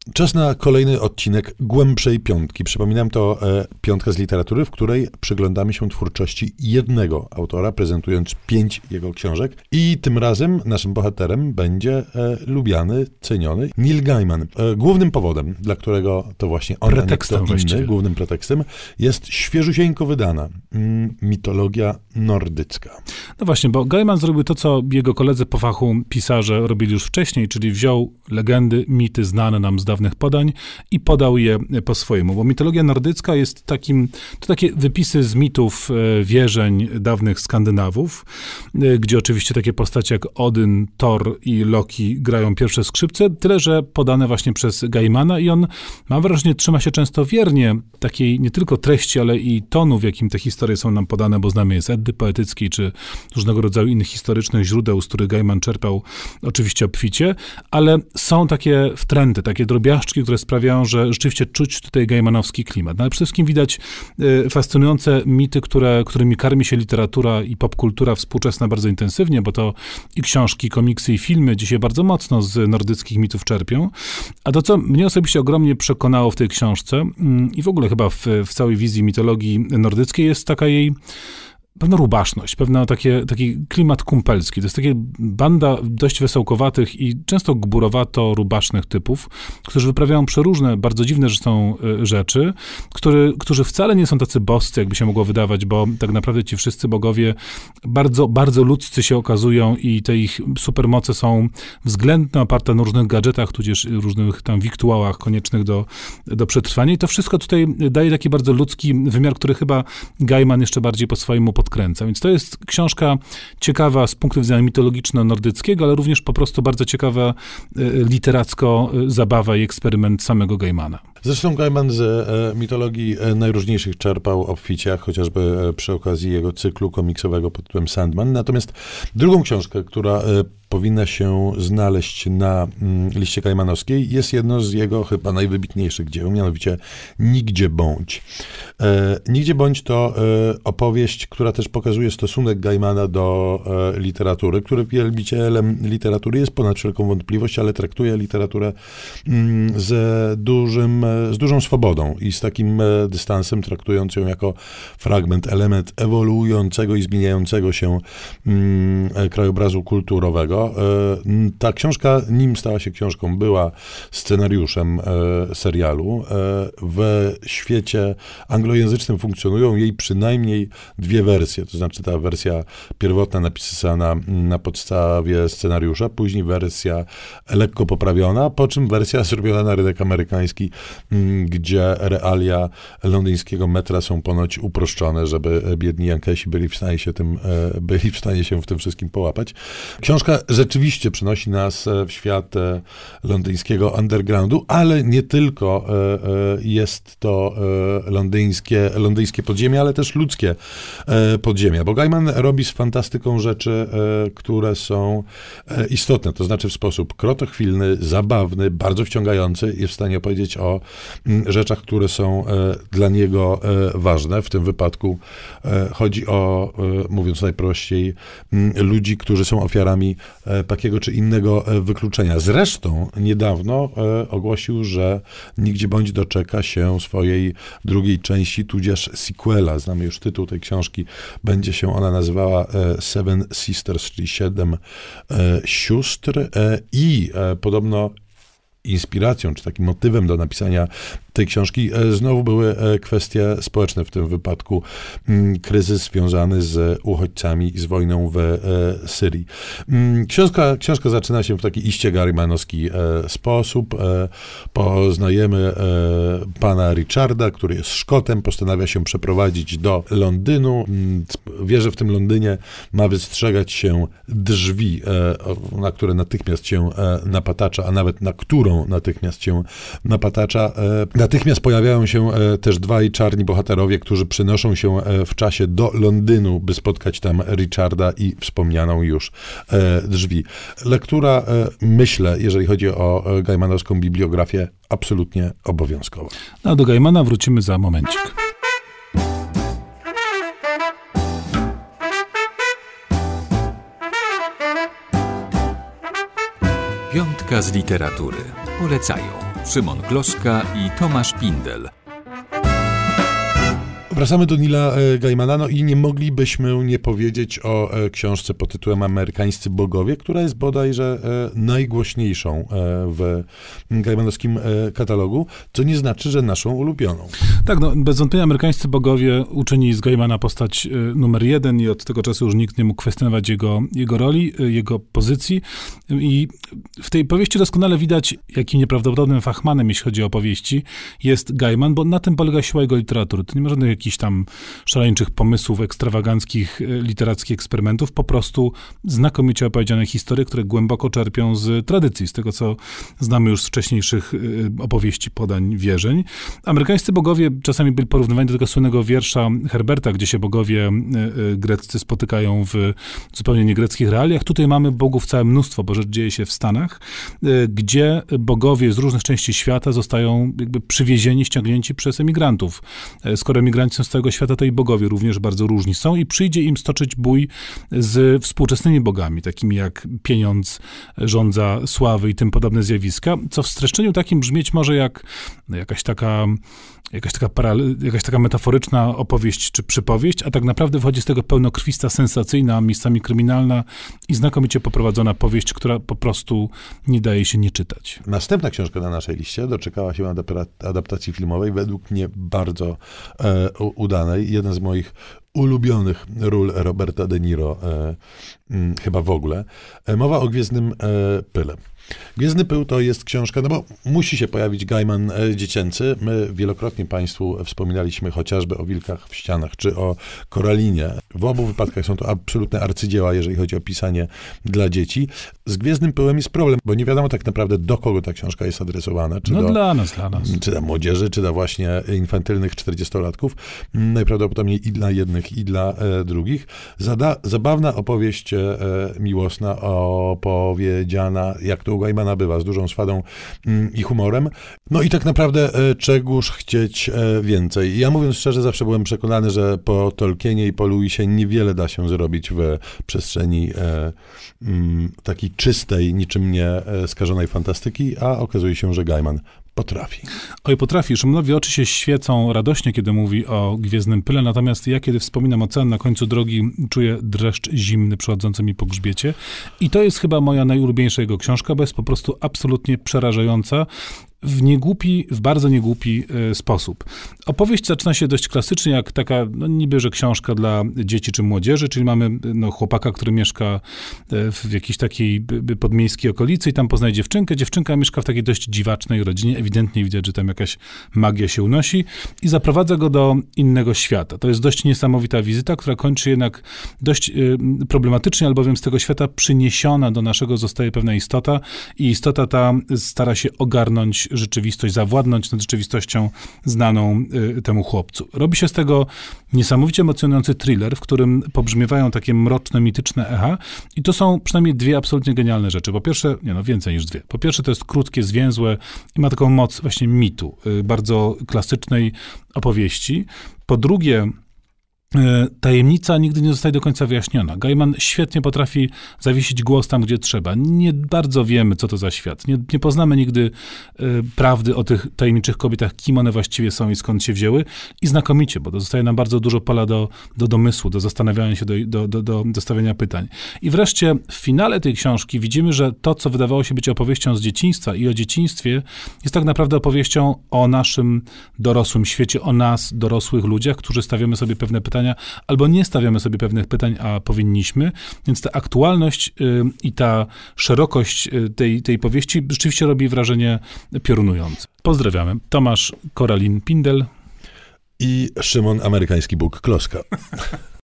Czas na kolejny odcinek Głębszej Piątki. Przypominam, to piątka z literatury, w której przyglądamy się twórczości jednego autora, prezentując 5 jego książek. I tym razem naszym bohaterem będzie lubiany, ceniony Neil Gaiman. Głównym powodem, dla którego to właśnie on, głównym pretekstem, jest świeżusieńko wydana mitologia nordycka. No właśnie, bo Gaiman zrobił to, co jego koledzy po fachu pisarze robili już wcześniej, czyli wziął legendy, mity znane nam z dawnych podań i podał je po swojemu. Bo mitologia nordycka jest to takie wypisy z mitów, wierzeń dawnych Skandynawów, gdzie oczywiście takie postacie jak Odyn, Thor i Loki grają pierwsze skrzypce, tyle że podane właśnie przez Gaimana i on, mam wrażenie, trzyma się często wiernie takiej nie tylko treści, ale i tonu, w jakim te historie są nam podane, bo znamy je z Eddy poetyckiej, czy różnego rodzaju innych historycznych źródeł, z których Gaiman czerpał oczywiście obficie, ale są takie wtręty, takie drobiażdżki, które sprawiają, że rzeczywiście czuć tutaj gaimanowski klimat. No ale przede wszystkim widać fascynujące mity, którymi karmi się literatura i popkultura współczesna bardzo intensywnie, bo to i książki, komiksy i filmy dzisiaj bardzo mocno z nordyckich mitów czerpią. A to, co mnie osobiście ogromnie przekonało w tej książce i w ogóle chyba w całej wizji mitologii nordyckiej, jest taka jej pewna rubaszność, taki klimat kumpelski. To jest takie banda dość wesołkowatych i często gburowato-rubasznych typów, którzy wyprawiają przeróżne, bardzo dziwne rzeczy, którzy wcale nie są tacy boscy, jakby się mogło wydawać, bo tak naprawdę ci wszyscy bogowie bardzo, bardzo ludzcy się okazują i te ich supermoce są względne, oparte na różnych gadżetach, tudzież różnych tam wiktuałach koniecznych do przetrwania. I to wszystko tutaj daje taki bardzo ludzki wymiar, który chyba Gaiman jeszcze bardziej po swojemu podkręca. Więc to jest książka ciekawa z punktu widzenia mitologiczno-nordyckiego, ale również po prostu bardzo ciekawa literacko zabawa i eksperyment samego Gaimana. Zresztą Gaiman z mitologii najróżniejszych czerpał obficie, chociażby przy okazji jego cyklu komiksowego pod tytułem Sandman. Natomiast drugą książkę, która powinna się znaleźć na liście gaimanowskiej, jest jedno z jego chyba najwybitniejszych dzieł, mianowicie Nigdzie bądź. Nigdzie bądź to opowieść, która też pokazuje stosunek Gaimana do literatury, który wielbicielem literatury jest ponad wszelką wątpliwość, ale traktuje literaturę z dużą swobodą i z takim dystansem, traktując ją jako fragment, element ewoluującego i zmieniającego się krajobrazu kulturowego. Ta książka, nim stała się książką, była scenariuszem serialu. W świecie anglojęzycznym funkcjonują jej przynajmniej 2 wersje, to znaczy ta wersja pierwotna napisana na podstawie scenariusza, później wersja lekko poprawiona, po czym wersja zrobiona na rynek amerykański, gdzie realia londyńskiego metra są ponoć uproszczone, żeby biedni Jankesi byli w stanie się w tym wszystkim połapać. Książka rzeczywiście przenosi nas w świat londyńskiego undergroundu, ale nie tylko jest to londyńskie podziemie, ale też ludzkie podziemia, bo Gaiman robi z fantastyką rzeczy, które są istotne, to znaczy w sposób krotochwilny, zabawny, bardzo wciągający, jest w stanie opowiedzieć o rzeczach, które są dla niego ważne. W tym wypadku chodzi o, mówiąc najprościej, ludzi, którzy są ofiarami takiego czy innego wykluczenia. Zresztą niedawno ogłosił, że Nigdzie bądź doczeka się swojej drugiej części, tudzież sequela. Znamy już tytuł tej książki. Będzie się ona nazywała Seven Sisters, czyli 7 sióstr i podobno inspiracją, czy takim motywem do napisania tej książki znowu były kwestie społeczne, w tym wypadku kryzys związany z uchodźcami i z wojną w Syrii. Książka zaczyna się w taki iście gaimanowski sposób. Poznajemy pana Richarda, który jest Szkotem, postanawia się przeprowadzić do Londynu. Wie, że w tym Londynie ma wystrzegać się drzwi, na które natychmiast się napatacza, a nawet na którą natychmiast się napatacza. Natychmiast pojawiają się też 2 czarni bohaterowie, którzy przynoszą się w czasie do Londynu, by spotkać tam Richarda i wspomnianą już drzwi. Lektura, myślę, jeżeli chodzi o gaimanowską bibliografię, absolutnie obowiązkowa. A do Gaimana wrócimy za momencik. Piątka z literatury. Polecają. Szymon Gloszka i Tomasz Pindel. Wracamy do Neila Gaimana, no i nie moglibyśmy nie powiedzieć o książce pod tytułem Amerykańscy bogowie, która jest bodajże najgłośniejszą w gaimanowskim katalogu, co nie znaczy, że naszą ulubioną. Tak, no bez wątpienia Amerykańscy bogowie uczyni z Gaimana postać numer 1 i od tego czasu już nikt nie mógł kwestionować jego roli, jego pozycji. I w tej powieści doskonale widać, jakim nieprawdopodobnym fachmanem, jeśli chodzi o opowieści, jest Gaiman, bo na tym polega siła jego literatury. To nie ma żadnych jakichś tam szaleńczych pomysłów, ekstrawaganckich, literackich eksperymentów, po prostu znakomicie opowiedziane historie, które głęboko czerpią z tradycji, z tego, co znamy już z wcześniejszych opowieści, podań, wierzeń. Amerykańscy bogowie czasami byli porównywani do tego słynnego wiersza Herberta, gdzie się bogowie greccy spotykają w zupełnie niegreckich realiach. Tutaj mamy bogów całe mnóstwo, bo rzecz dzieje się w Stanach, gdzie bogowie z różnych części świata zostają jakby przywiezieni, ściągnięci przez emigrantów. Skoro emigranci są z całego świata, to i bogowie również bardzo różni są i przyjdzie im stoczyć bój z współczesnymi bogami, takimi jak pieniądz, żądza sławy i tym podobne zjawiska, co w streszczeniu takim brzmieć może jak jakaś taka metaforyczna opowieść czy przypowieść, a tak naprawdę wchodzi z tego pełnokrwista, sensacyjna, miejscami kryminalna i znakomicie poprowadzona powieść, która po prostu nie daje się nie czytać. Następna książka na naszej liście doczekała się adaptacji filmowej, według mnie bardzo udanej. Jeden z moich ulubionych ról Roberta De Niro chyba w ogóle. Mowa o Gwiezdnym Pyle. Gwiezdny Pył to jest książka, no bo musi się pojawić Gaiman dziecięcy. My wielokrotnie Państwu wspominaliśmy chociażby o Wilkach w ścianach, czy o Koralinie. W obu wypadkach są to absolutne arcydzieła, jeżeli chodzi o pisanie dla dzieci. Z Gwiezdnym Pyłem jest problem, bo nie wiadomo tak naprawdę, do kogo ta książka jest adresowana. Czy dla nas. Czy dla młodzieży, czy dla właśnie infantylnych 40-latków. Najprawdopodobniej i dla jednych, i dla drugich. Zabawna opowieść miłosna, opowiedziana, jak to u Gaimana bywa, z dużą swadą i humorem. No i tak naprawdę czegóż chcieć więcej. Ja, mówiąc szczerze, zawsze byłem przekonany, że po Tolkienie i po Lewisie niewiele da się zrobić w przestrzeni takiej czystej, niczym nie skażonej fantastyki, a okazuje się, że Gaiman potrafi. Oj, potrafi. Szymonowi oczy się świecą radośnie, kiedy mówi o Gwiezdnym Pyle, natomiast ja, kiedy wspominam ocean na końcu drogi, czuję dreszcz zimny przechodzący mi po grzbiecie. I to jest chyba moja najulubieńsza jego książka, bo jest po prostu absolutnie przerażająca w bardzo niegłupi sposób. Opowieść zaczyna się dość klasycznie, jak taka, no niby, że książka dla dzieci czy młodzieży, czyli mamy chłopaka, który mieszka w jakiejś takiej podmiejskiej okolicy i tam poznaje dziewczynkę. Dziewczynka mieszka w takiej dość dziwacznej rodzinie. Ewidentnie widać, że tam jakaś magia się unosi i zaprowadza go do innego świata. To jest dość niesamowita wizyta, która kończy jednak dość problematycznie, albowiem z tego świata przyniesiona do naszego zostaje pewna istota i istota ta stara się ogarnąć rzeczywistość, zawładnąć nad rzeczywistością znaną temu chłopcu. Robi się z tego niesamowicie emocjonujący thriller, w którym pobrzmiewają takie mroczne, mityczne echa i to są przynajmniej dwie absolutnie genialne rzeczy. Po pierwsze, więcej niż dwie. Po pierwsze, to jest krótkie, zwięzłe i ma taką moc właśnie mitu, bardzo klasycznej opowieści. Po drugie, tajemnica nigdy nie zostaje do końca wyjaśniona. Gaiman świetnie potrafi zawiesić głos tam, gdzie trzeba. Nie bardzo wiemy, co to za świat. Nie poznamy nigdy prawdy o tych tajemniczych kobietach, kim one właściwie są i skąd się wzięły. I znakomicie, bo to zostaje nam bardzo dużo pola do domysłu, do zastanawiania się, do stawiania pytań. I wreszcie w finale tej książki widzimy, że to, co wydawało się być opowieścią z dzieciństwa i o dzieciństwie, jest tak naprawdę opowieścią o naszym dorosłym świecie, o nas, dorosłych ludziach, którzy stawiamy sobie pewne pytania, albo nie stawiamy sobie pewnych pytań, a powinniśmy. Więc ta aktualność i ta szerokość tej powieści rzeczywiście robi wrażenie piorunujące. Pozdrawiamy. Tomasz Koralin-Pindel i Szymon Amerykański Bóg Kloska.